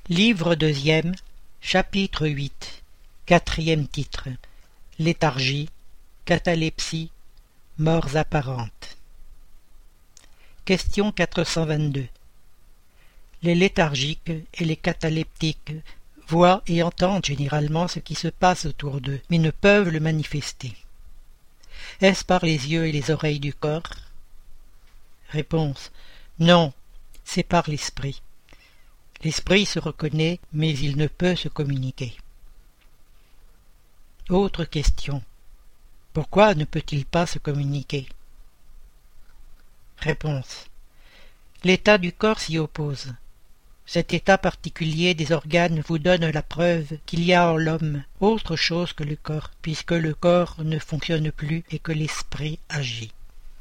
Livre deuxième, chapitre 8, quatrième titre. Léthargie, catalepsie, morts apparentes. Question 422. Les léthargiques et les cataleptiques voient et entendent généralement ce qui se passe autour d'eux, mais ne peuvent le manifester. Est-ce par les yeux et les oreilles du corps? Réponse. Non, c'est par l'esprit. L'esprit se reconnaît, mais il ne peut se communiquer. Autre question. Pourquoi ne peut-il pas se communiquer? Réponse. L'état du corps s'y oppose. Cet état particulier des organes vous donne la preuve qu'il y a en l'homme autre chose que le corps, puisque le corps ne fonctionne plus et que l'esprit agit.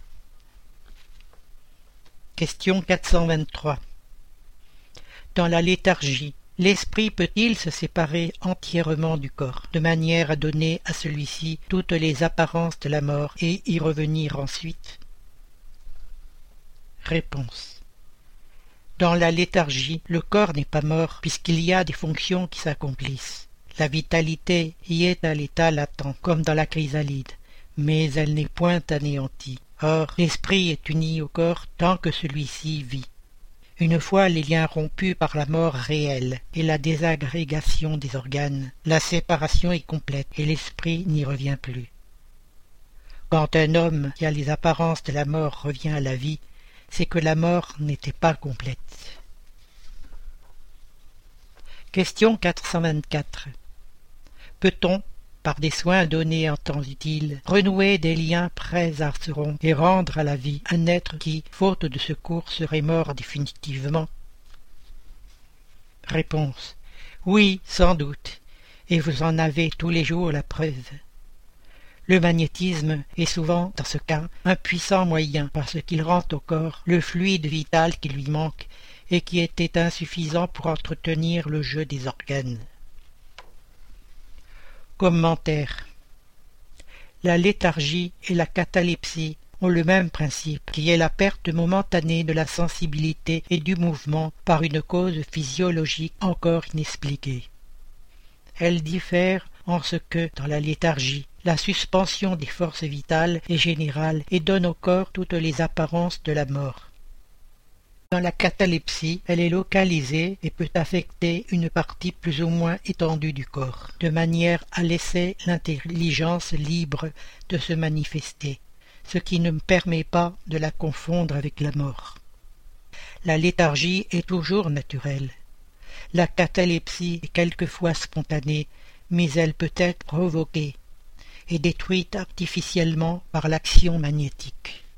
Question 423. Dans la léthargie, l'esprit peut-il se séparer entièrement du corps, de manière à donner à celui-ci toutes les apparences de la mort et y revenir ensuite? Réponse. Dans la léthargie, le corps n'est pas mort puisqu'il y a des fonctions qui s'accomplissent. La vitalité y est à l'état latent, comme dans la chrysalide, mais elle n'est point anéantie. Or, l'esprit est uni au corps tant que celui-ci vit. Une fois les liens rompus par la mort réelle et la désagrégation des organes, la séparation est complète et l'esprit n'y revient plus. Quand un homme qui a les apparences de la mort revient à la vie, c'est que la mort n'était pas complète. Question 424. Peut-on, par des soins donnés en temps utile, renouer des liens prêts à se rompre et rendre à la vie un être qui, faute de secours, serait mort définitivement? Réponse. Oui, sans doute, et vous en avez tous les jours la preuve. Le magnétisme est souvent, dans ce cas, un puissant moyen parce qu'il rend au corps le fluide vital qui lui manque et qui était insuffisant pour entretenir le jeu des organes. Commentaire. La léthargie et la catalepsie ont le même principe, qui est la perte momentanée de la sensibilité et du mouvement par une cause physiologique encore inexpliquée. Elles diffèrent en ce que, dans la léthargie, la suspension des forces vitales est générale et donne au corps toutes les apparences de la mort. Dans la catalepsie, elle est localisée et peut affecter une partie plus ou moins étendue du corps, de manière à laisser l'intelligence libre de se manifester, ce qui ne permet pas de la confondre avec la mort. La léthargie est toujours naturelle. La catalepsie est quelquefois spontanée, mais elle peut être provoquée et détruite artificiellement par l'action magnétique.